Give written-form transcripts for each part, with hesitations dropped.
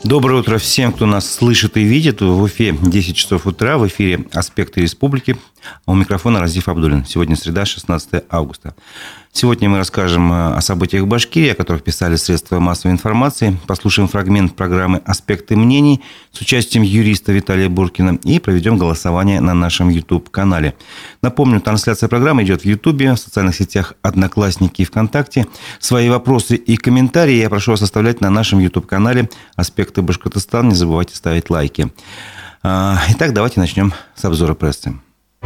Доброе утро всем, кто нас слышит и видит. В Уфе 10 часов утра. В эфире «Аспекты республики». У микрофона Разиф Абдуллин. Сегодня среда, 16 августа. Сегодня мы расскажем о событиях в Башкирии, о которых писали средства массовой информации. Послушаем фрагмент программы «Аспекты мнений» с участием юриста Виталия Буркина и проведем голосование на нашем YouTube-канале. Напомню, трансляция программы идет в YouTube, в социальных сетях «Одноклассники» и ВКонтакте. Свои вопросы и комментарии я прошу вас оставлять на нашем YouTube-канале «Аспекты Башкортостана». Не забывайте ставить лайки. Итак, давайте начнем с обзора прессы.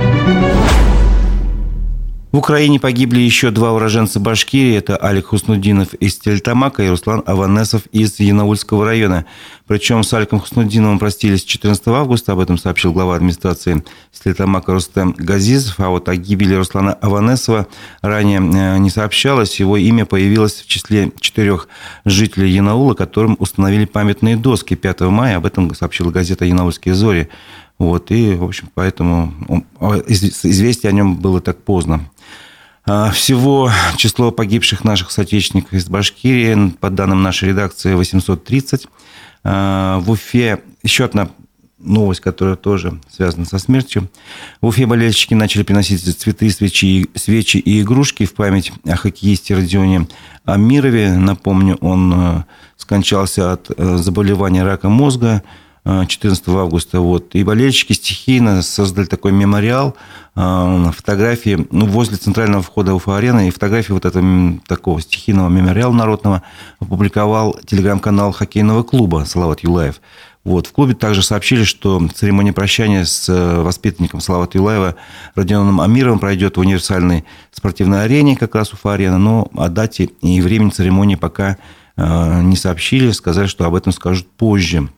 В Украине погибли еще два уроженца Башкирии. Это Алик Хуснуддинов из Стерлитамака и Руслан Аванесов из Янаульского района. Причем с Аликом Хуснуддиновым простились 14 августа. Об этом сообщил глава администрации Стерлитамака Рустем Газизов. А вот о гибели Руслана Аванесова ранее не сообщалось. Его имя появилось в числе 4 жителей Янаула, которым установили памятные доски 5 мая. Об этом сообщила газета «Янаульские зори». Вот, и, в общем, поэтому известие о нем было так поздно. Всего число погибших наших соотечественников из Башкирии, по данным нашей редакции, 830. В Уфе еще одна новость, которая тоже связана со смертью. В Уфе болельщики начали приносить цветы, свечи и игрушки в память о хоккеисте Родионе Амирове. Напомню, он скончался от заболевания рака мозга 14 августа. Вот. И болельщики стихийно создали такой мемориал, фотографии возле центрального входа Уфа-арены. И фотографии вот этого такого стихийного мемориала народного опубликовал телеграм-канал хоккейного клуба «Салават Юлаев». Вот. В клубе также сообщили, что церемония прощания с воспитанником Салавата Юлаева Родионом Амировым пройдет в универсальной спортивной арене, как раз Уфа-арена. Но о дате и времени церемонии пока не сообщили. Сказали, что об этом скажут позже.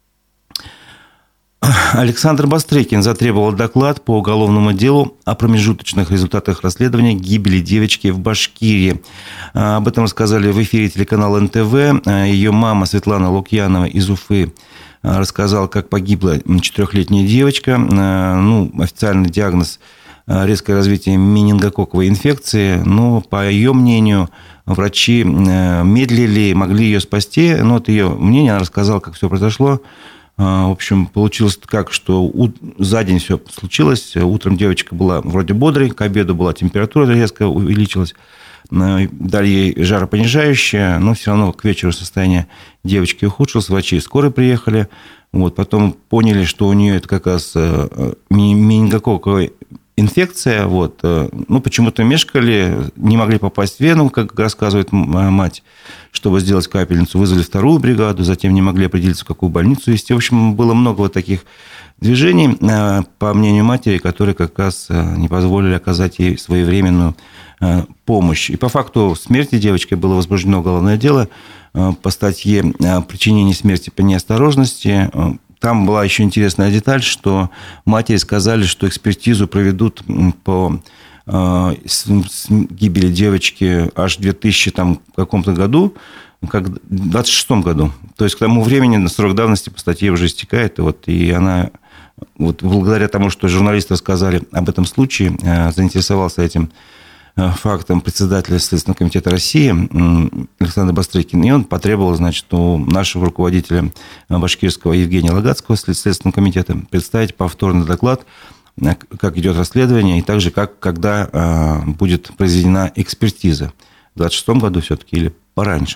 Александр Бастрыкин затребовал доклад по уголовному делу о промежуточных результатах расследования гибели девочки в Башкирии. Об этом рассказали в эфире телеканала НТВ. Ее мама Светлана Лукьянова из Уфы рассказала, как погибла 4-летняя девочка. Официальный диагноз – резкое развитие менингококковой инфекции. Но, по ее мнению, врачи медлили, могли ее спасти. Но это ее мнение, она рассказала, как все произошло. В общем, получилось так, что за день все случилось. Утром девочка была вроде бодрой, к обеду была температура резко увеличилась. Дали ей жаропонижающее, но все равно к вечеру состояние девочки ухудшилось. Врачи скорой приехали. Вот, потом поняли, что у нее это как раз менингококковая инфекция. Вот. Почему-то мешкали, не могли попасть в вену, как рассказывает мать, чтобы сделать капельницу. Вызвали вторую бригаду, затем не могли определиться, в какую больницу везти. В общем, было много вот таких движений, по мнению матери, которые как раз не позволили оказать ей своевременную помощь. И по факту смерти девочки было возбуждено уголовное дело по статье «Причинение смерти по неосторожности». Там была еще интересная деталь, что матери сказали, что экспертизу проведут по гибели девочки аж в 2000 каком-то году, как в 26 году. То есть, к тому времени срок давности по статье уже истекает. И она, благодаря тому, что журналисты рассказали об этом случае, заинтересовался этим фактом председателя Следственного комитета России Александр Бастрыкин. И он потребовал, у нашего руководителя башкирского Евгения Лагацкого Следственного комитета представить повторный доклад, как идет расследование, и также когда будет произведена экспертиза. В 2026 году все-таки или пораньше.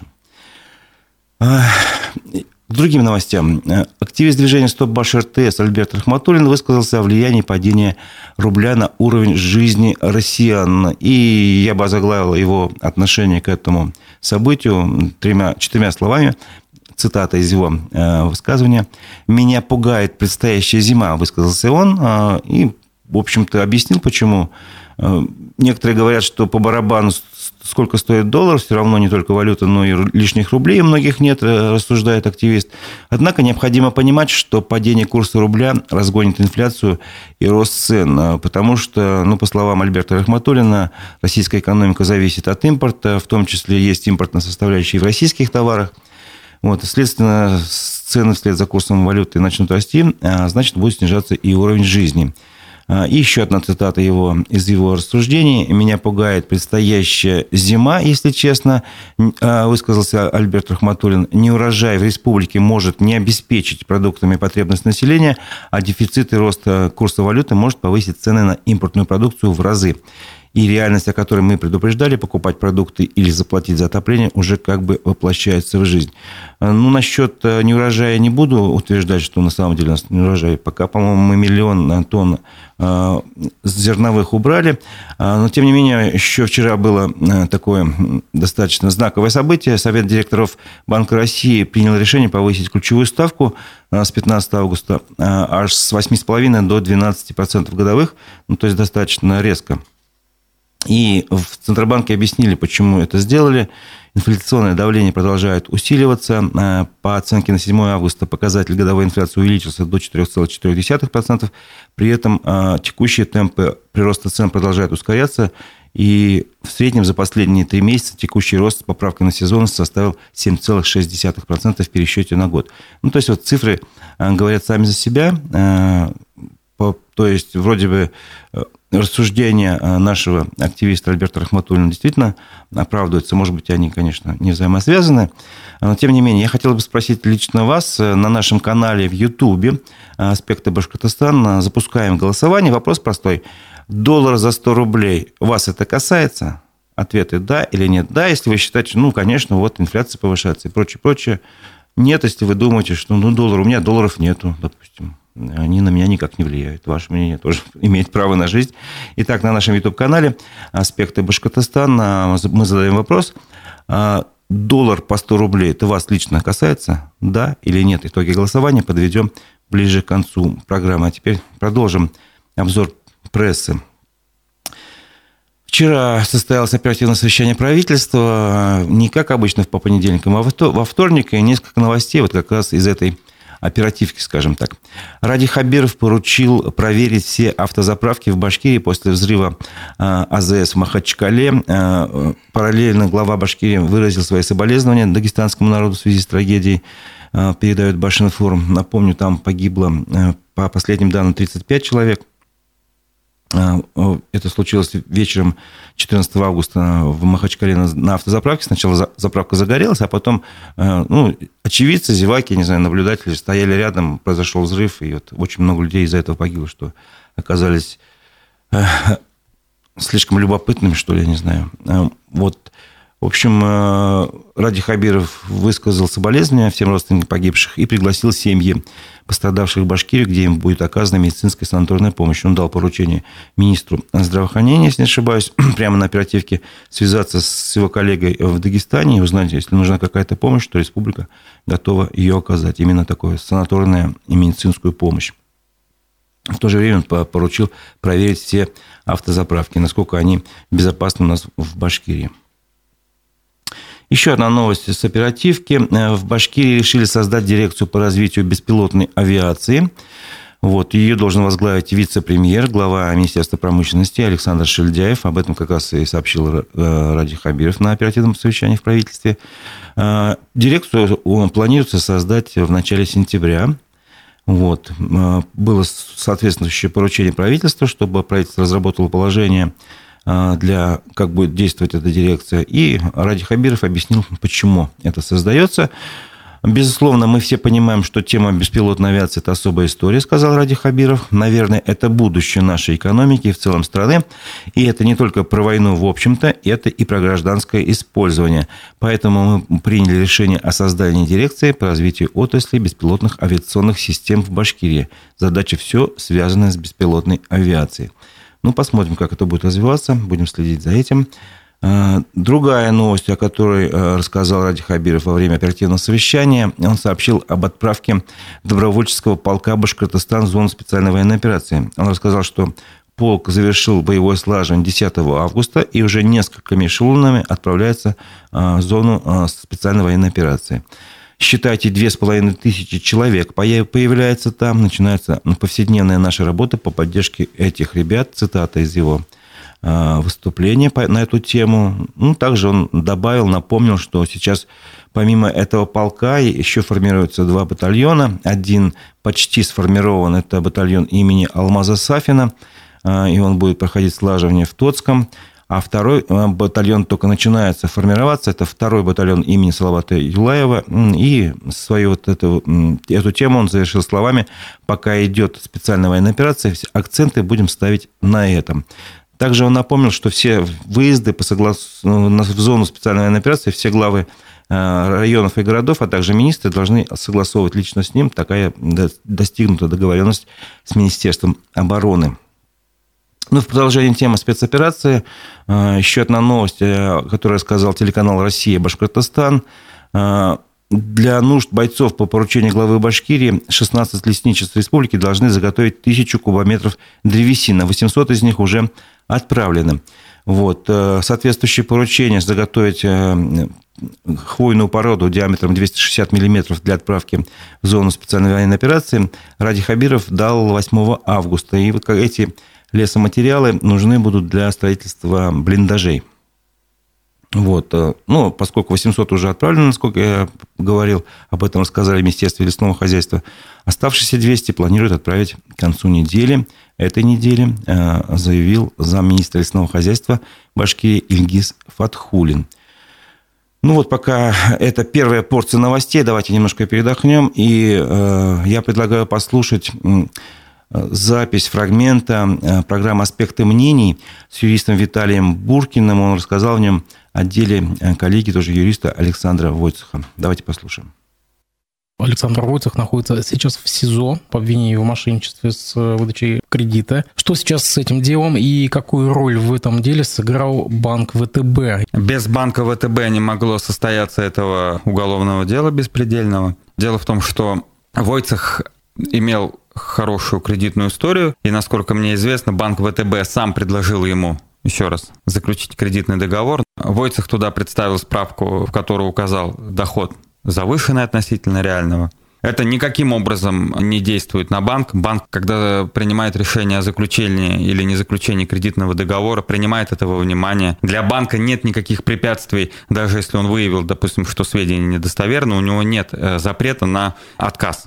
К другим новостям. Активист движения «Стоп Баш РТС» Альберт Рахматуллин высказался о влиянии падения рубля на уровень жизни россиян. И я бы озаглавил его отношение к этому событию 4 словами. Цитата из его высказывания. «Меня пугает предстоящая зима», высказался он. И, в общем-то, объяснил, почему. Некоторые говорят, что по барабану, сколько стоит доллар, все равно не только валюта, но и лишних рублей у многих нет, рассуждает активист. Однако необходимо понимать, что падение курса рубля разгонит инфляцию и рост цен, потому что, по словам Альберта Рахматуллина, российская экономика зависит от импорта, в том числе есть импортная составляющая и в российских товарах. И, следственно, цены вслед за курсом валюты начнут расти, а значит, будет снижаться и уровень жизни. И еще одна цитата из его рассуждений. «Меня пугает предстоящая зима, если честно», высказался Альберт Рахматуллин. «Неурожай в республике может не обеспечить продуктами потребность населения, а дефицит и рост курса валюты может повысить цены на импортную продукцию в разы. И реальность, о которой мы предупреждали, покупать продукты или заплатить за отопление, уже как бы воплощается в жизнь». Насчет неурожая не буду утверждать, что на самом деле у нас неурожай. Пока, по-моему, мы 1 миллион тонн зерновых убрали. Но, тем не менее, еще вчера было такое достаточно знаковое событие. Совет директоров Банка России принял решение повысить ключевую ставку с 15 августа аж с 8,5% до 12% годовых. То есть, достаточно резко. И в Центробанке объяснили, почему это сделали. Инфляционное давление продолжает усиливаться. По оценке на 7 августа показатель годовой инфляции увеличился до 4,4%. При этом текущие темпы прироста цен продолжают ускоряться. И в среднем за последние 3 месяца текущий рост с поправкой на сезонность составил 7,6% в пересчете на год. То есть, цифры говорят сами за себя. То есть, вроде бы рассуждения нашего активиста Альберта Рахматуллина действительно оправдываются. Может быть, они, конечно, не взаимосвязаны. Но, тем не менее, я хотел бы спросить лично вас. На нашем канале в Ютубе «Аспекты Башкортостана» запускаем голосование. Вопрос простой. $1 за 100 рублей. Вас это касается? Ответы «да» или «нет». Да, если вы считаете, конечно, инфляция повышается и прочее. Нет, если вы думаете, что доллар, у меня долларов нету, допустим. Они на меня никак не влияют. Ваше мнение тоже имеет право на жизнь. Итак, на нашем YouTube-канале «Аспекты Башкортостана» мы задаем вопрос. $1 по 100 рублей, это вас лично касается? Да или нет? Итоги голосования подведем ближе к концу программы. А теперь продолжим обзор прессы. Вчера состоялось оперативное совещание правительства. Не как обычно по понедельникам, а во вторник. И несколько новостей как раз из этой оперативки, скажем так. Ради Хабиров поручил проверить все автозаправки в Башкирии после взрыва АЗС в Махачкале. Параллельно глава Башкирии выразил свои соболезнования дагестанскому народу в связи с трагедией. Передает Башинформ. Напомню, там погибло, по последним данным, 35 человек. Это случилось вечером 14 августа в Махачкале на автозаправке. Сначала заправка загорелась, а потом очевидцы, зеваки, наблюдатели стояли рядом, произошел взрыв, и очень много людей из-за этого погибло, что оказались слишком любопытными, что ли, я не знаю. В общем, Ради Хабиров высказал соболезнования всем родственникам погибших и пригласил семьи пострадавших в Башкирию, где им будет оказана медицинская санаторная помощь. Он дал поручение министру здравоохранения, если не ошибаюсь, прямо на оперативке связаться с его коллегой в Дагестане и узнать, если нужна какая-то помощь, то республика готова ее оказать. Именно такую санаторную и медицинскую помощь. В то же время он поручил проверить все автозаправки, насколько они безопасны у нас в Башкирии. Еще одна новость с оперативки. В Башкирии решили создать дирекцию по развитию беспилотной авиации. Ее должен возглавить вице-премьер, глава Министерства промышленности Александр Шильдяев. Об этом как раз и сообщил Ради Хабиров на оперативном совещании в правительстве. Дирекцию планируется создать в начале сентября. Было соответствующее поручение правительства, чтобы правительство разработало положение для как будет действовать эта дирекция. И Ради Хабиров объяснил, почему это создается. Безусловно, мы все понимаем, что тема беспилотной авиации – это особая история, сказал Ради Хабиров. Наверное, это будущее нашей экономики и в целом страны. И это не только про войну в общем-то, это и про гражданское использование. Поэтому мы приняли решение о создании дирекции по развитию отрасли беспилотных авиационных систем в Башкирии. Задача все связанная с беспилотной авиацией. Посмотрим, как это будет развиваться. Будем следить за этим. Другая новость, о которой рассказал Ради Хабиров во время оперативного совещания, он сообщил об отправке добровольческого полка «Башкортостан» в зону специальной военной операции. Он рассказал, что полк завершил боевое слаживание 10 августа и уже несколькими эшелонами отправляется в зону специальной военной операции. Считайте, 2500 человек появляется там. Начинается повседневная наша работа по поддержке этих ребят. Цитата из его выступление на эту тему. Также он напомнил, что сейчас помимо этого полка еще формируются 2 батальона. Один почти сформирован, это батальон имени Алмаза Сафина, и он будет проходить слаживание в Тотском. А второй батальон только начинается формироваться. Это 2-й батальон имени Салавата Юлаева. И свою эту тему он завершил словами: пока идет специальная военная операция, акценты будем ставить на этом. Также он напомнил, что все выезды в зону специальной военной операции, все главы районов и городов, а также министры должны согласовывать лично с ним. Такая достигнута договоренность с Министерством обороны. В продолжение темы спецоперации еще одна новость, которую сказал телеканал «Россия», Башкортостан. Для нужд бойцов по поручению главы Башкирии 16 лесничеств республики должны заготовить 1000 кубометров древесины. 800 из них уже отправлены. Соответствующее поручение заготовить хвойную породу диаметром 260 мм для отправки в зону специальной военной операции Ради Хабиров дал 8 августа. И эти лесоматериалы нужны будут для строительства блиндажей. Поскольку 800 уже отправлено, насколько я говорил, об этом рассказали в Министерстве лесного хозяйства, оставшиеся 200 планируют отправить к концу этой недели, заявил замминистра лесного хозяйства Башкирии Ильгиз Фатхулин. Пока это первая порция новостей, давайте немножко передохнем, и я предлагаю послушать запись фрагмента программы «Аспекты мнений» с юристом Виталием Буркиным. Он рассказал в нем о деле коллеги, тоже юриста, Александра Войцеха. Давайте послушаем. Александр Войцех находится сейчас в СИЗО по обвинению в мошенничестве с выдачей кредита. Что сейчас с этим делом и какую роль в этом деле сыграл банк ВТБ? Без банка ВТБ не могло состояться этого уголовного дела беспредельного. Дело в том, что Войцех имел хорошую кредитную историю, и, насколько мне известно, банк ВТБ сам предложил ему еще раз заключить кредитный договор. Войцех туда представил справку, в которой указал доход завышенный относительно реального. Это никаким образом не действует на банк. Банк, когда принимает решение о заключении или не заключении кредитного договора, принимает это во внимание. Для банка нет никаких препятствий, даже если он выявил, допустим, что сведения недостоверны, у него нет запрета на отказ.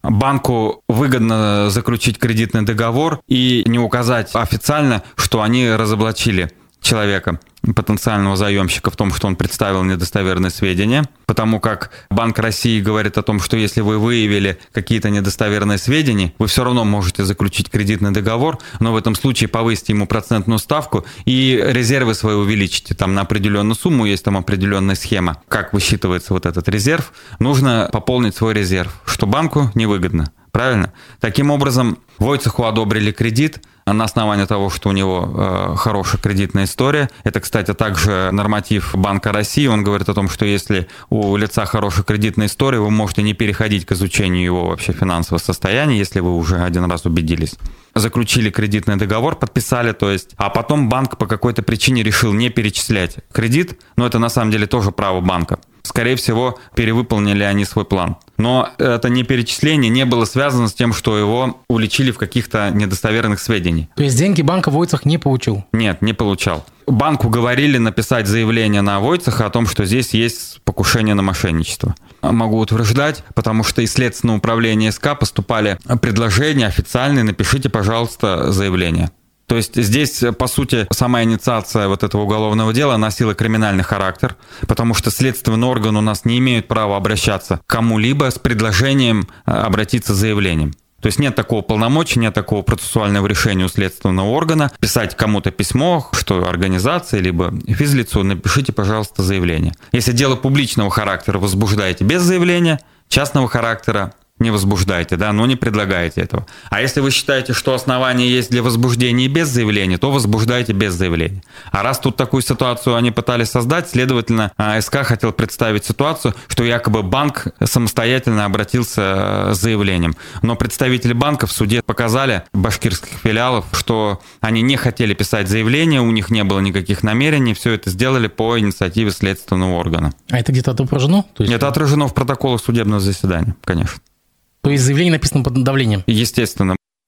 Банку выгодно заключить кредитный договор и не указать официально, что они разоблачили человека, потенциального заемщика, в том, что он представил недостоверные сведения, потому как Банк России говорит о том, что если вы выявили какие-то недостоверные сведения, вы все равно можете заключить кредитный договор, но в этом случае повысите ему процентную ставку и резервы свои увеличите. Там на определенную сумму есть там определенная схема, как высчитывается вот этот резерв. Нужно пополнить свой резерв, что банку невыгодно. Правильно? Таким образом, Войцеху одобрили кредит на основании того, что у него хорошая кредитная история. Это, кстати, также норматив Банка России. Он говорит о том, что если у лица хорошая кредитная история, вы можете не переходить к изучению его вообще финансового состояния, если вы уже один раз убедились. Заключили кредитный договор, подписали, а потом банк по какой-то причине решил не перечислять кредит, но это на самом деле тоже право банка. Скорее всего, перевыполнили они свой план. Но это не перечисление не было связано с тем, что его уличили в каких-то недостоверных сведениях. То есть деньги банка Войцех не получил? Нет, не получал. Банку говорили написать заявление на Войцеха о том, что здесь есть покушение на мошенничество. Могу утверждать, потому что из Следственного управления СК поступали предложения официальные: напишите, пожалуйста, заявление. То есть здесь, по сути, сама инициация вот этого уголовного дела носила криминальный характер, потому что следственный орган у нас не имеет права обращаться к кому-либо с предложением обратиться с заявлением. То есть нет такого полномочия, нет такого процессуального решения у следственного органа писать кому-то письмо, что организация, либо физлицу, напишите, пожалуйста, заявление. Если дело публичного характера, возбуждаете без заявления, частного характера не возбуждаете, но не предлагаете этого. А если вы считаете, что основания есть для возбуждения без заявления, то возбуждаете без заявления. А раз тут такую ситуацию они пытались создать, следовательно, СК хотел представить ситуацию, что якобы банк самостоятельно обратился с заявлением. Но представители банка в суде показали, башкирских филиалов, что они не хотели писать заявление, у них не было никаких намерений, все это сделали по инициативе следственного органа. А это где-то отображено? Это отражено в протоколах судебного заседания, конечно. То есть заявление написано под давлением? Естественно.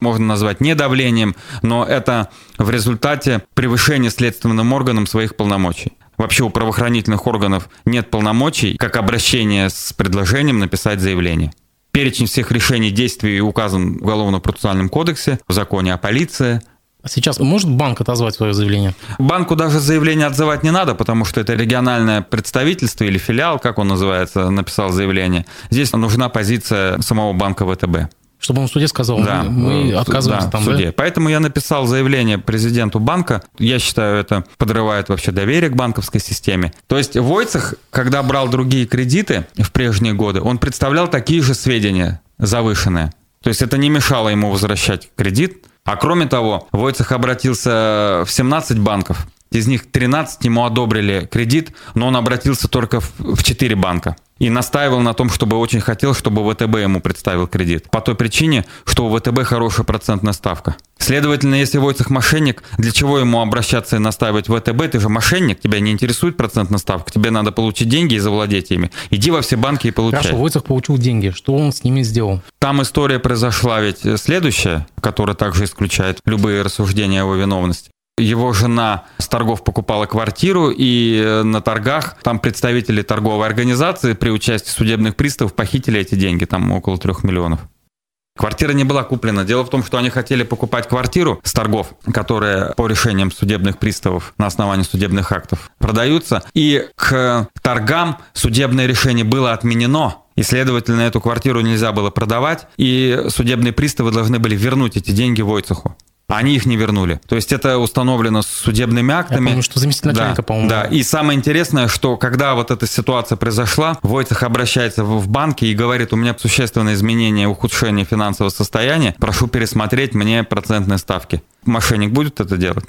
можно назвать не давлением, но это в результате превышения следственным органом своих полномочий. Вообще у правоохранительных органов нет полномочий, как обращение с предложением написать заявление. Перечень всех решений, действий указан в Уголовно-процессуальном кодексе, в законе о полиции. Сейчас может банк отозвать свое заявление? Банку даже заявление отзывать не надо, потому что это региональное представительство или филиал, как он называется, написал заявление. Здесь нужна позиция самого банка ВТБ. Чтобы он в суде сказал, да, мы отказываемся там, в суде. Да? Поэтому я написал заявление президенту банка. Я считаю, это подрывает вообще доверие к банковской системе. То есть Войцех, когда брал другие кредиты в прежние годы, он представлял такие же сведения завышенные. То есть это не мешало ему возвращать кредит. А кроме того, Войцех обратился в 17 банков. Из них 13 ему одобрили кредит, но он обратился только в 4 банка. И настаивал на том, чтобы очень хотел, чтобы ВТБ ему представил кредит. По той причине, что у ВТБ хорошая процентная ставка. Следовательно, если Войцех мошенник, для чего ему обращаться и настаивать в ВТБ? Ты же мошенник, тебя не интересует процентная ставка, тебе надо получить деньги и завладеть ими. Иди во все банки и получай. Хорошо, Войцех получил деньги, что он с ними сделал? Там история произошла ведь следующая, которая также исключает любые рассуждения о его виновности. Его жена с торгов покупала квартиру, и на торгах там представители торговой организации при участии судебных приставов похитили эти деньги, там около 3 миллионов. Квартира не была куплена. Дело в том, что они хотели покупать квартиру с торгов, которые по решениям судебных приставов на основании судебных актов продаются, и к торгам судебное решение было отменено. И, следовательно, эту квартиру нельзя было продавать, и судебные приставы должны были вернуть эти деньги Войцеху. Они их не вернули. То есть это установлено судебными актами. Я помню, что заместитель начальника, по-моему. Да, и самое интересное, что когда вот эта ситуация произошла, Войцех обращается в банки и говорит: у меня существенное изменение, ухудшение финансового состояния, прошу пересмотреть мне процентные ставки. Мошенник будет это делать?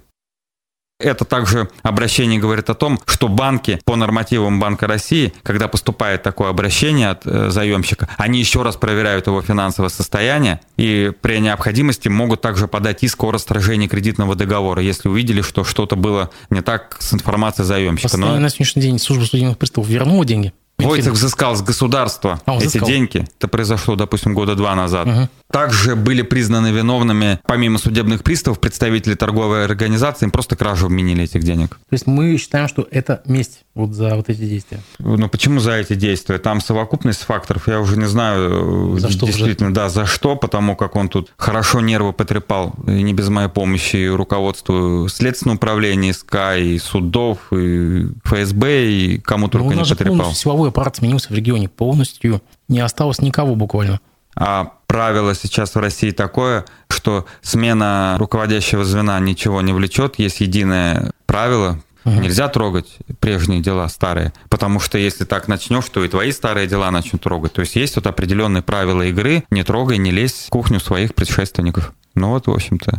Это также обращение говорит о том, что банки по нормативам Банка России, когда поступает такое обращение от заемщика, они еще раз проверяют его финансовое состояние и при необходимости могут также подать иск о расторжении кредитного договора, если увидели, что что-то было не так с информацией заемщика. На сегодняшний день служба судебных приставов вернула деньги? Войцех взыскал с государства эти деньги. Это произошло, допустим, 2 года назад. Угу. Также были признаны виновными, помимо судебных приставов, представители торговой организации, им просто кражу вменили этих денег. То есть мы считаем, что это месть вот за вот эти действия? Ну, почему за эти действия? Там совокупность факторов, я уже не знаю, за что действительно, да, за что, потому как он тут хорошо нервы потрепал, и не без моей помощи, и руководству Следственного управления, СК, и судов, и ФСБ, и кому только не потрепал. Силовой аппарат сменился в регионе полностью, не осталось никого буквально. А правило сейчас в России такое, что смена руководящего звена ничего не влечет, есть единое правило. Нельзя трогать прежние дела старые, потому что если так начнешь, то и твои старые дела начнут трогать. То есть есть вот определенные правила игры: не трогай, не лезь в кухню своих предшественников. Ну вот, в общем-то.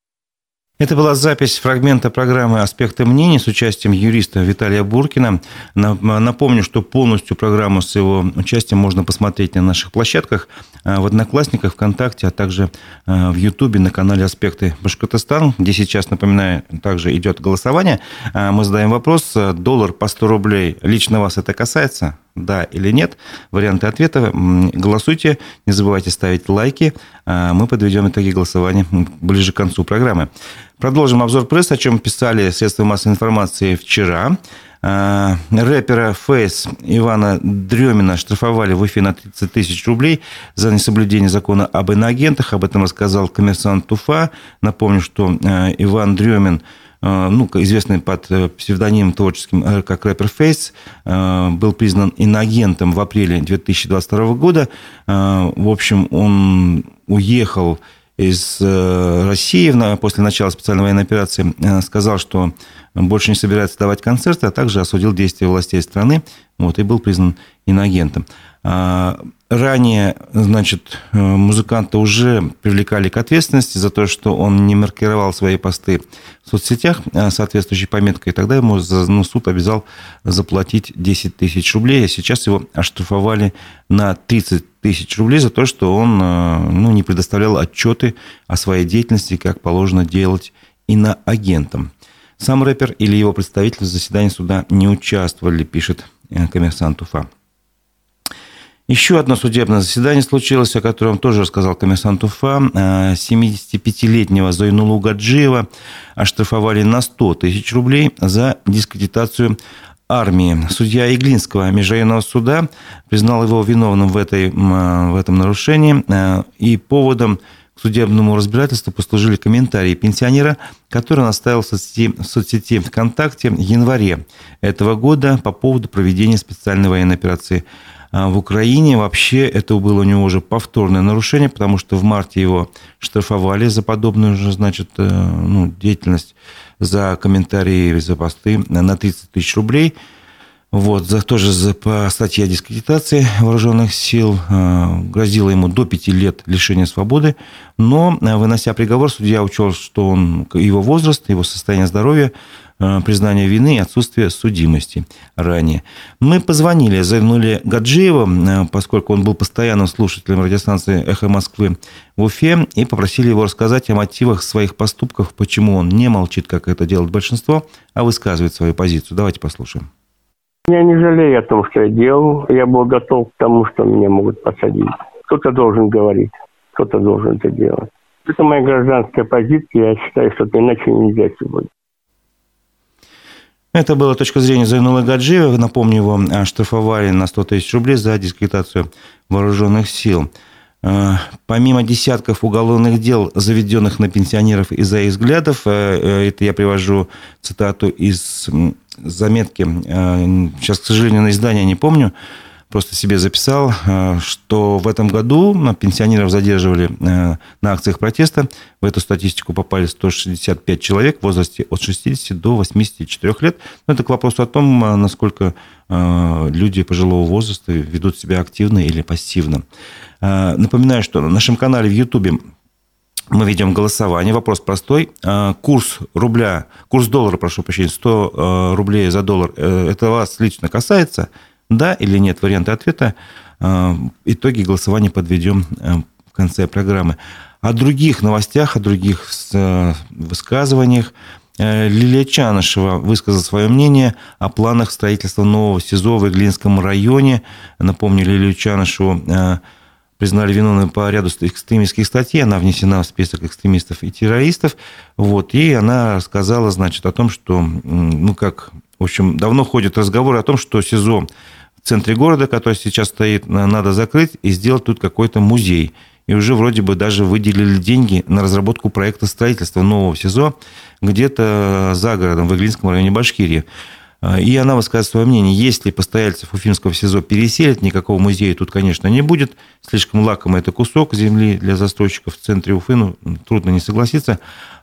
Это была запись фрагмента программы «Аспекты мнений» с участием юриста Виталия Буркина. Напомню, что полностью программу с его участием можно посмотреть на наших площадках, в Одноклассниках, ВКонтакте, а также в Ютубе на канале «Аспекты Башкортостан», где сейчас, напоминаю, также идет голосование. Мы задаем вопрос: доллар по 100 рублей, лично вас это касается? Да или нет? Варианты ответа. Голосуйте. Не забывайте ставить лайки. Мы подведем итоги голосования ближе к концу программы. Продолжим обзор прессы, о чем писали средства массовой информации вчера. Рэпера Фейс Ивана Дрёмина штрафовали в Уфе на 30 тысяч рублей за несоблюдение закона об иноагентах. Об этом рассказал коммерсант Уфа. Напомню, что Иван Дрёмин, известный под псевдонимом творческим как рэпер Фейс, был признан иноагентом в апреле 2022 года. В общем, он уехал из России после начала специальной военной операции, сказал, что больше не собирается давать концерты, а также осудил действия властей страны, и был признан иноагентом. Ранее, музыканта уже привлекали к ответственности за то, что он не маркировал свои посты в соцсетях соответствующей пометкой, и тогда ему суд обязал заплатить 10 тысяч рублей, а сейчас его оштрафовали на 30 тысяч рублей за то, что он не предоставлял отчеты о своей деятельности, как положено делать иноагентам. Сам рэпер или его представитель в заседании суда не участвовали, пишет коммерсант Уфа. Еще одно судебное заседание случилось, о котором тоже рассказал коммерсант Уфа. 75-летнего Зайнулу Гаджиева оштрафовали на 100 тысяч рублей за дискредитацию армии. Судья Иглинского межрайонного суда признал его виновным в этом нарушении. И поводом к судебному разбирательству послужили комментарии пенсионера, который наставил в соцсети ВКонтакте в январе этого года по поводу проведения специальной военной операции в Украине. Вообще, это было у него уже повторное нарушение, потому что в марте его штрафовали за подобную же, деятельность, за комментарии, за посты на 30 тысяч рублей. Тоже по статье о дискредитации вооруженных сил грозило ему до 5 лет лишения свободы. Но, вынося приговор, судья учел, что его возраст, его состояние здоровья, признание вины и отсутствие судимости ранее. Мы позвонили Зайнуле Гаджиеву, поскольку он был постоянным слушателем радиостанции «Эхо Москвы» в Уфе, и попросили его рассказать о мотивах своих поступков, почему он не молчит, как это делает большинство, а высказывает свою позицию. Давайте послушаем. Я не жалею о том, что я делал. Я был готов к тому, что меня могут посадить. Кто-то должен говорить, кто-то должен это делать. Это моя гражданская позиция. Я считаю, что иначе нельзя сегодня. Это была точка зрения Зайнулы Гаджиева. Напомню, его оштрафовали на 100 тысяч рублей за дискредитацию вооруженных сил. Помимо десятков уголовных дел, заведенных на пенсионеров из-за их взглядов, это я привожу цитату из заметки, сейчас, к сожалению, на издание не помню, просто себе записал, что в этом году пенсионеров задерживали на акциях протеста. В эту статистику попали 165 человек в возрасте от 60 до 84 лет. Но это к вопросу о том, насколько люди пожилого возраста ведут себя активно или пассивно. Напоминаю, что на нашем канале в Ютубе мы ведем голосование. Вопрос простой. Курс доллара, 100 рублей за доллар, это вас лично касается? Да или нет? Варианты ответа. Итоги голосования подведем в конце программы. О других новостях, о других высказываниях. Лилия Чанышева высказала свое мнение о планах строительства нового СИЗО в Иглинском районе. Напомню, Лилию Чанышеву признали виновной по ряду экстремистских статей. Она внесена в список экстремистов и террористов. И она рассказала, о том, что, давно ходят разговоры о том, что СИЗО в центре города, который сейчас стоит, надо закрыть и сделать тут какой-то музей. И уже вроде бы даже выделили деньги на разработку проекта строительства нового СИЗО где-то за городом, в Иглинском районе Башкирии. И она высказывает свое мнение. Если постояльцев Уфимского СИЗО переселят, никакого музея тут, конечно, не будет. Слишком лакомый это кусок земли для застройщиков в центре Уфы. Трудно не согласиться.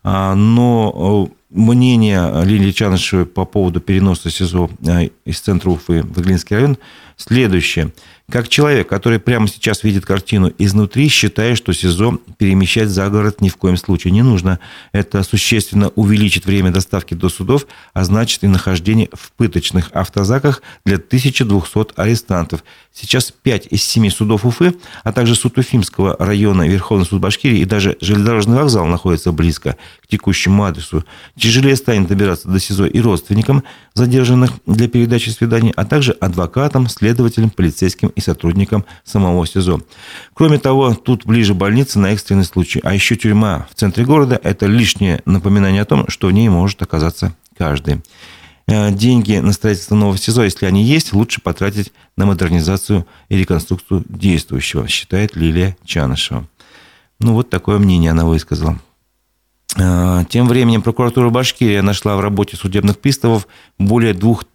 Но мнение Лилии Чанышевой по поводу переноса СИЗО из центра Уфы в Иглинский район следующее. Как человек, который прямо сейчас видит картину изнутри, считаю, что СИЗО перемещать за город ни в коем случае не нужно. Это существенно увеличит время доставки до судов, а значит и нахождение в пыточных автозаках для 1200 арестантов. Сейчас 5 из 7 судов Уфы, а также суд Уфимского района, Верховный суд Башкирии и даже железнодорожный вокзал находятся близко к текущему адресу. Тяжелее станет добираться до СИЗО и родственникам задержанных для передачи свиданий, а также адвокатам, следователям, полицейским и сотрудникам самого СИЗО. Кроме того, тут ближе больница на экстренный случай, а еще тюрьма в центре города – это лишнее напоминание о том, что в ней может оказаться каждый. Деньги на строительство нового СИЗО, если они есть, лучше потратить на модернизацию и реконструкцию действующего, считает Лилия Чанышева. Такое мнение она высказала. Тем временем прокуратура Башкирии нашла в работе судебных приставов более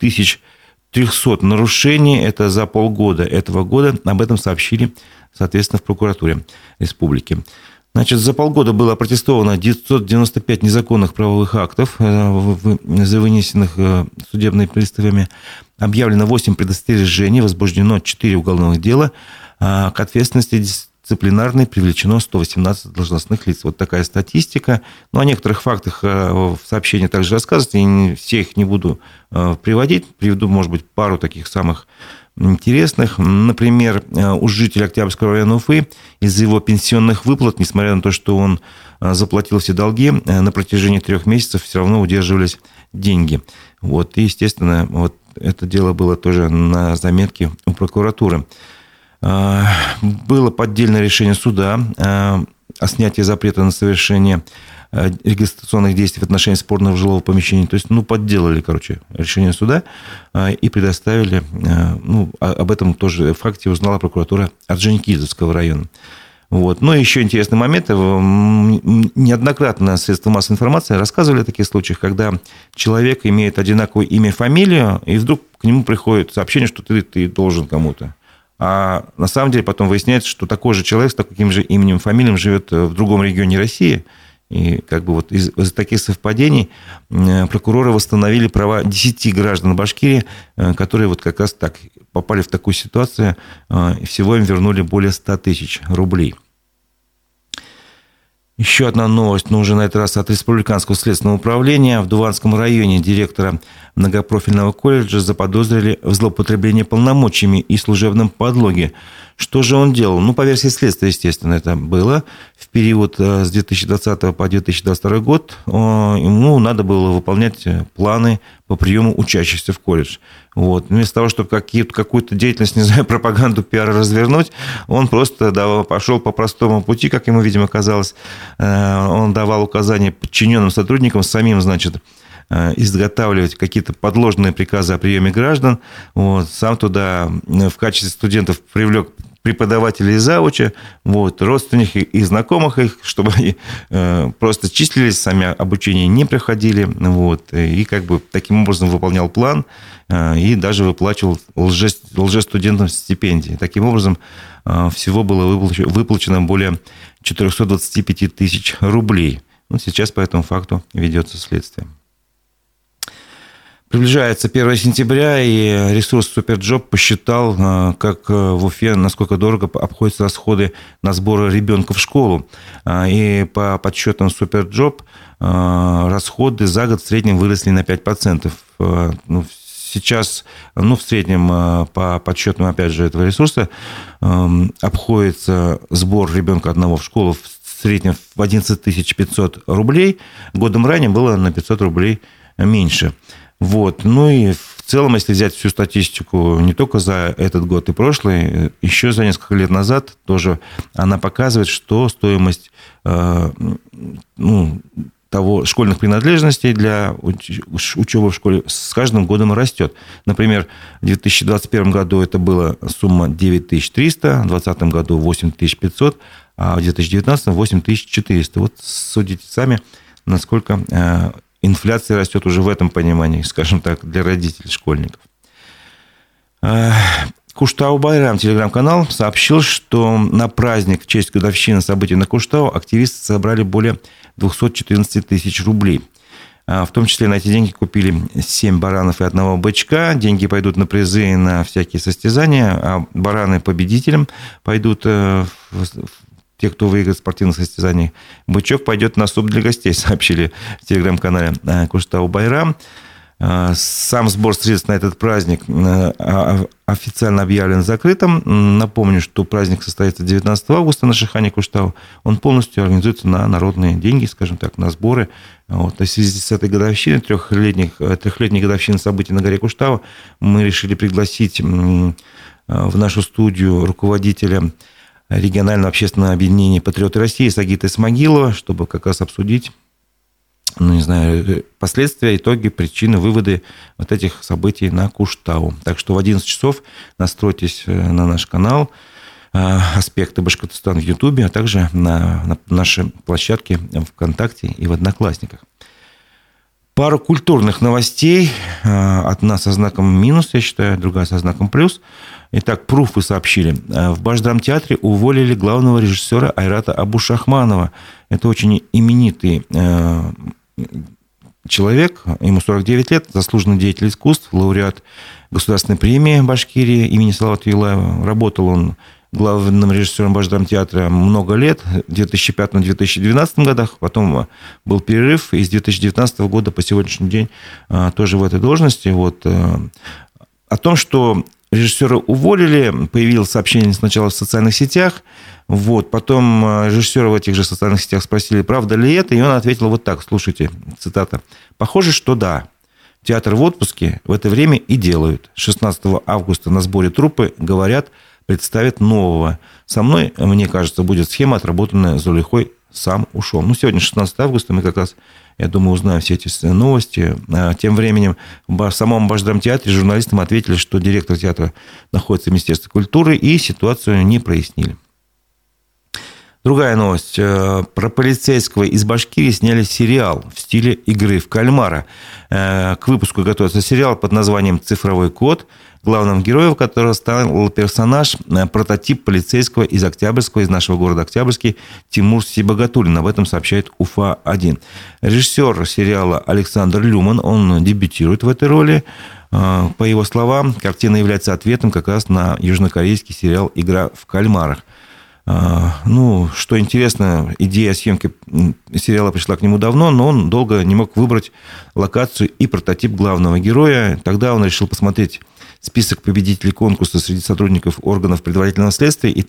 2300 нарушений. Это за полгода этого года. Об этом сообщили, соответственно, в прокуратуре республики. За полгода было опротестовано 995 незаконных правовых актов, вынесенных судебными приставами. Объявлено 8 предостережений, возбуждено 4 уголовных дела. К ответственности дисциплинарной привлечено 118 должностных лиц. Такая статистика. О некоторых фактах в сообщении также рассказывать. Я все их не буду приводить. Приведу, может быть, пару таких самых интересных. Например, у жителя Октябрьского района Уфы из-за его пенсионных выплат, несмотря на то, что он заплатил все долги, на протяжении 3 месяцев все равно удерживались деньги. И, естественно, это дело было тоже на заметке у прокуратуры. Было поддельное решение суда о снятии запрета на совершение регистрационных действий в отношении спорного жилого помещения. То есть, подделали, решение суда и предоставили, об этом тоже факте узнала прокуратура Орджоникидзевского района. Вот. Но еще интересный момент. Неоднократно средства массовой информации рассказывали о таких случаях, когда человек имеет одинаковое имя и фамилию, и вдруг к нему приходит сообщение, что ты должен кому-то. А на самом деле потом выясняется, что такой же человек с таким же именем и фамилией живет в другом регионе России. И из таких совпадений прокуроры восстановили права 10 граждан Башкирии, которые как раз так попали в такую ситуацию, и всего им вернули более 100 тысяч рублей. Еще одна новость, но уже на этот раз от Республиканского следственного управления. В Дуванском районе директора многопрофильного колледжа заподозрили в злоупотреблении полномочиями и служебном подлоге. Что же он делал? По версии следствия, естественно, это было. В период с 2020 по 2022 год ему надо было выполнять планы по приему учащихся в колледж. Вот. Вместо того, чтобы какую-то деятельность, пропаганду, пиар развернуть, он просто пошел по простому пути, как ему, видимо, казалось. Он давал указания подчиненным сотрудникам самим, изготавливать какие-то подложные приказы о приеме граждан. Вот. Сам туда в качестве студентов привлек преподавателей и зауча, родственников и знакомых их, чтобы они просто числились, сами обучение не проходили. И таким образом выполнял план и даже выплачивал лжестудентам стипендии. Таким образом, всего было выплачено более 425 тысяч рублей. Сейчас по этому факту ведется следствие. Приближается 1 сентября, и ресурс Суперджоп посчитал, как в Уфе, насколько дорого обходятся расходы на сбор ребенка в школу. И по подсчетам Суперджоп расходы за год в среднем выросли на 5%. Сейчас, в среднем, по подсчетам, опять же, этого ресурса, обходится сбор ребенка одного в школу в среднем в 11 500 рублей. Годом ранее было на 500 рублей меньше. И в целом, если взять всю статистику не только за этот год и прошлый, еще за несколько лет назад тоже она показывает, что стоимость школьных принадлежностей для учебы в школе с каждым годом растет. Например, в 2021 году это была сумма 9300, в 2020 году 8500, а в 2019 8400. Судите сами, насколько инфляция растет уже в этом понимании, скажем так, для родителей школьников. Куштау Байрам, телеграм-канал, сообщил, что на праздник в честь годовщины событий на Куштау активисты собрали более 214 тысяч рублей. В том числе на эти деньги купили 7 баранов и 1 бычка. Деньги пойдут на призы и на всякие состязания, а бараны победителям пойдут те, кто выиграет в спортивных состязаниях. Бычок пойдет на суп для гостей, сообщили в телеграм-канале Куштау Байрам. Сам сбор средств на этот праздник официально объявлен закрытым. Напомню, что праздник состоится 19 августа на Шихане Куштау. Он полностью организуется на народные деньги, скажем так, на сборы. В связи с этой годовщиной, трехлетней годовщиной событий на горе Куштау, мы решили пригласить в нашу студию руководителя регионального общественного объединения «Патриоты России» Сагита Исмагилова, чтобы как раз обсудить последствия, итоги, причины, выводы этих событий на Куштау. Так что в 11 часов настройтесь на наш канал «Аспекты Башкортостана» в Ютубе, а также на нашей площадке ВКонтакте и в Одноклассниках. Пару культурных новостей. Одна со знаком минус, я считаю, другая со знаком плюс. Итак, пруфы сообщили. В Башдрамтеатре уволили главного режиссера Айрата Абушахманова. Это очень именитый человек, ему 49 лет, заслуженный деятель искусств, лауреат Государственной премии Башкирии имени Салавата Юлаева. Работал он главным режиссером Башдрамтеатра много лет, в 2005-2012 годах, потом был перерыв, и с 2019 года по сегодняшний день тоже в этой должности. О том, что режиссера уволили, появилось сообщение сначала в социальных сетях, потом режиссера в этих же социальных сетях спросили, правда ли это, и он ответил вот так, слушайте, цитата: «Похоже, что да. Театр в отпуске в это время и делают. 16 августа на сборе труппы говорят представит нового. Со мной, мне кажется, будет схема, отработанная Зулейхой «Сам ушел». Сегодня 16 августа, мы как раз, я думаю, узнаем все эти новости. Тем временем в самом Башдрамтеатре журналистам ответили, что директор театра находится в Министерстве культуры, и ситуацию не прояснили. Другая новость. Про полицейского из Башкирии сняли сериал в стиле игры в кальмара. К выпуску готовится сериал под названием «Цифровой код», главным героем которого стал персонаж, прототип полицейского из Октябрьского, из нашего города Октябрьский, Тимур Сибагатуллин. Об этом сообщает Уфа-1. Режиссер сериала Александр Люман, он дебютирует в этой роли. По его словам, картина является ответом как раз на южнокорейский сериал «Игра в кальмарах». Что интересно, идея съемки сериала пришла к нему давно, но он долго не мог выбрать локацию и прототип главного героя. Тогда он решил посмотреть список победителей конкурса среди сотрудников органов предварительного следствия, и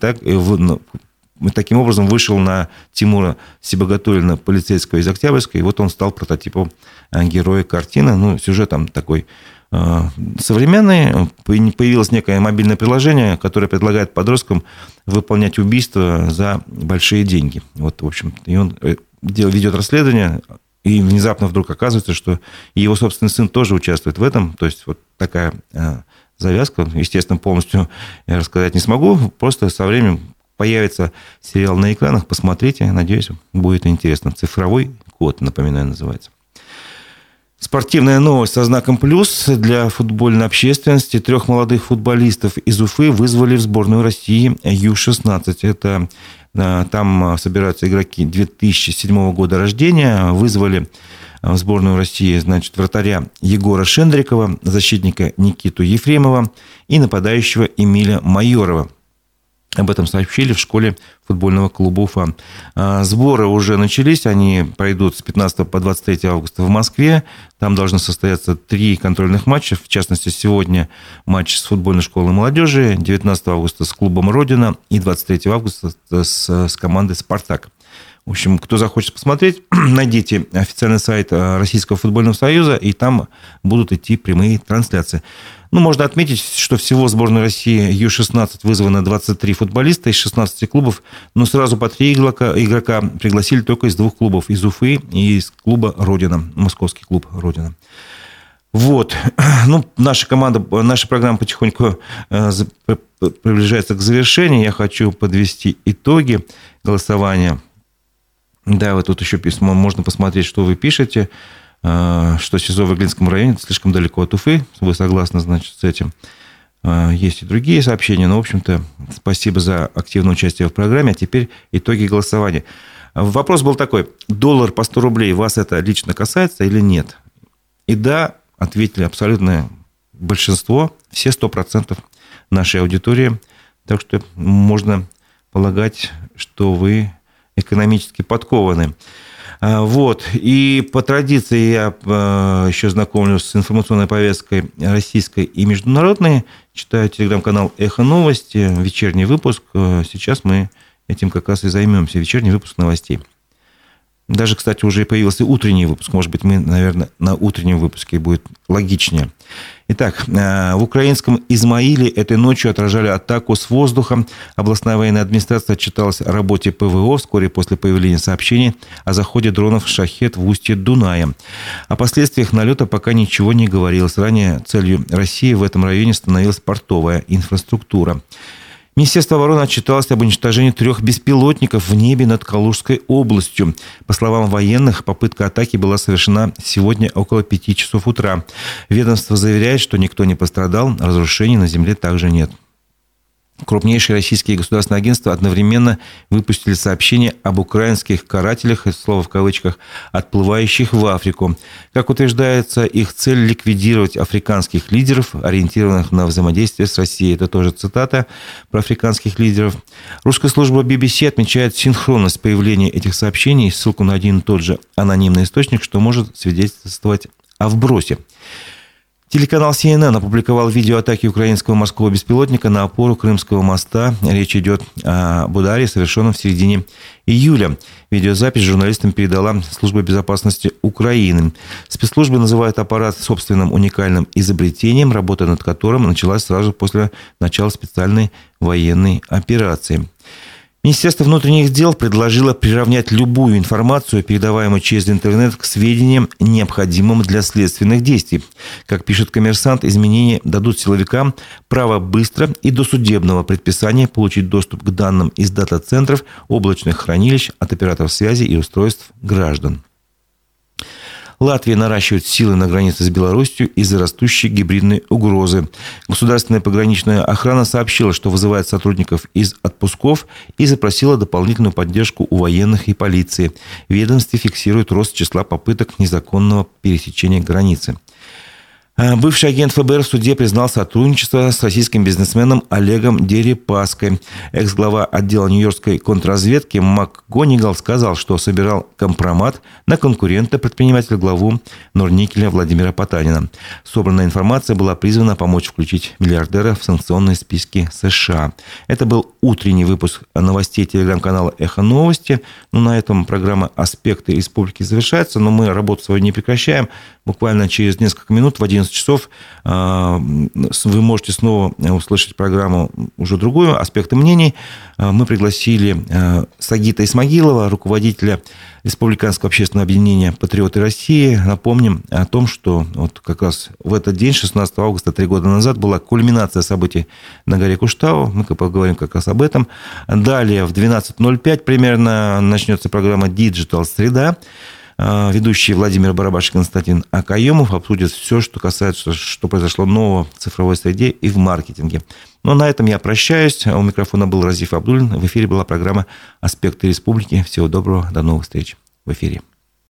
таким образом вышел на Тимура Сибагатуллина, полицейского из Октябрьской, и вот он стал прототипом героя картины. Сюжет там такой современный. Появилось некое мобильное приложение, которое предлагает подросткам выполнять убийства за большие деньги. В общем, и он ведет расследование, и внезапно вдруг оказывается, что его собственный сын тоже участвует в этом. То есть, вот такая завязка. Естественно, полностью я рассказать не смогу. Просто со временем появится сериал на экранах. Посмотрите. Надеюсь, будет интересно. «Цифровой код», напоминаю, называется. Спортивная новость со знаком плюс для футбольной общественности. 3 молодых футболистов из Уфы вызвали в сборную России Ю-16. Это там собираются игроки 2007 года рождения. Вызвали в сборную России, вратаря Егора Шендрикова, защитника Никиту Ефремова и нападающего Эмиля Майорова. Об этом сообщили в школе футбольного клуба «Уфа». Сборы уже начались, они пройдут с 15 по 23 августа в Москве. Там должны состояться 3 контрольных матча, в частности, сегодня матч с футбольной школой молодежи, 19 августа с клубом «Родина» и 23 августа с командой «Спартак». В общем, кто захочет посмотреть, найдите официальный сайт Российского футбольного союза, и там будут идти прямые трансляции. Можно отметить, что всего в сборной России Ю-16 вызвано 23 футболиста из 16 клубов, но сразу по 3 игрока пригласили только из 2 клубов, из Уфы и из клуба «Родина», московский клуб «Родина». Наша программа потихоньку приближается к завершению. Я хочу подвести итоги голосования. Да, вот тут еще письмо. Можно посмотреть, что вы пишете, что СИЗО в Иглинском районе слишком далеко от Уфы. Вы согласны, с этим? Есть и другие сообщения. Но, в общем-то, спасибо за активное участие в программе. А теперь итоги голосования. Вопрос был такой. $1 по 100 рублей вас это лично касается или нет? И да, ответили абсолютное большинство, все 100% нашей аудитории. Так что можно полагать, что вы экономически подкованы. И по традиции я еще знакомлюсь с информационной повесткой российской и международной. Читаю телеграм-канал «Эхо Новости», вечерний выпуск. Сейчас мы этим как раз и займемся. Вечерний выпуск новостей. Даже, кстати, уже появился утренний выпуск. Может быть, мы, наверное, на утреннем выпуске будет логичнее. Итак, в украинском Измаиле этой ночью отражали атаку с воздуха. Областная военная администрация отчиталась о работе ПВО вскоре после появления сообщений о заходе дронов «Шахед» в устье Дуная. О последствиях налета пока ничего не говорилось. Ранее целью России в этом районе становилась портовая инфраструктура. Министерство обороны отчиталось об уничтожении 3 беспилотников в небе над Калужской областью. По словам военных, попытка атаки была совершена сегодня около 5 часов утра. Ведомство заверяет, что никто не пострадал, разрушений на земле также нет. Крупнейшие российские государственные агентства одновременно выпустили сообщение об украинских карателях, это слово в кавычках, отплывающих в Африку. Как утверждается, их цель – ликвидировать африканских лидеров, ориентированных на взаимодействие с Россией. Это тоже цитата про африканских лидеров. Русская служба BBC отмечает синхронность появления этих сообщений, ссылку на один и тот же анонимный источник, что может свидетельствовать о вбросе. Телеканал CNN опубликовал видео атаки украинского морского беспилотника на опору Крымского моста. Речь идет об ударе, совершенном в середине июля. Видеозапись журналистам передала Служба безопасности Украины. Спецслужбы называют аппарат собственным уникальным изобретением, работа над которым началась сразу после начала специальной военной операции. Министерство внутренних дел предложило приравнять любую информацию, передаваемую через интернет, к сведениям, необходимым для следственных действий. Как пишет «Коммерсант», изменения дадут силовикам право быстро и до судебного предписания получить доступ к данным из дата-центров, облачных хранилищ, от операторов связи и устройств граждан. Латвия наращивает силы на границе с Белоруссией из-за растущей гибридной угрозы. Государственная пограничная охрана сообщила, что вызывает сотрудников из отпусков и запросила дополнительную поддержку у военных и полиции. В ведомстве фиксирует рост числа попыток незаконного пересечения границы. Бывший агент ФБР в суде признал сотрудничество с российским бизнесменом Олегом Дерипаской. Экс-глава отдела нью-йоркской контрразведки МакГонигал сказал, что собирал компромат на конкурента предпринимателя главу Норникеля Владимира Потанина. Собранная информация была призвана помочь включить миллиардера в санкционные списки США. Это был утренний выпуск новостей телеграм-канала «Эхо Новости». На этом программа «Аспекты республики» завершается, но мы работу свою не прекращаем. Буквально через несколько минут в 11 часов вы можете снова услышать программу уже другую «Аспекты мнений». Мы пригласили Сагита Исмагилова, руководителя Республиканского общественного объединения «Патриоты России». Напомним о том, что вот как раз в этот день, 16 августа, 3 года назад, была кульминация событий на горе Куштау. Мы поговорим как раз об этом. Далее в 12:05 примерно начнется программа «Диджитал Среда». Ведущие Владимир Барабаш и Константин Акаемов обсудят все, что касается, что произошло нового в цифровой среде и в маркетинге. Но на этом я прощаюсь. У микрофона был Разиф Абдуллин. В эфире была программа «Аспекты республики». Всего доброго. До новых встреч в эфире.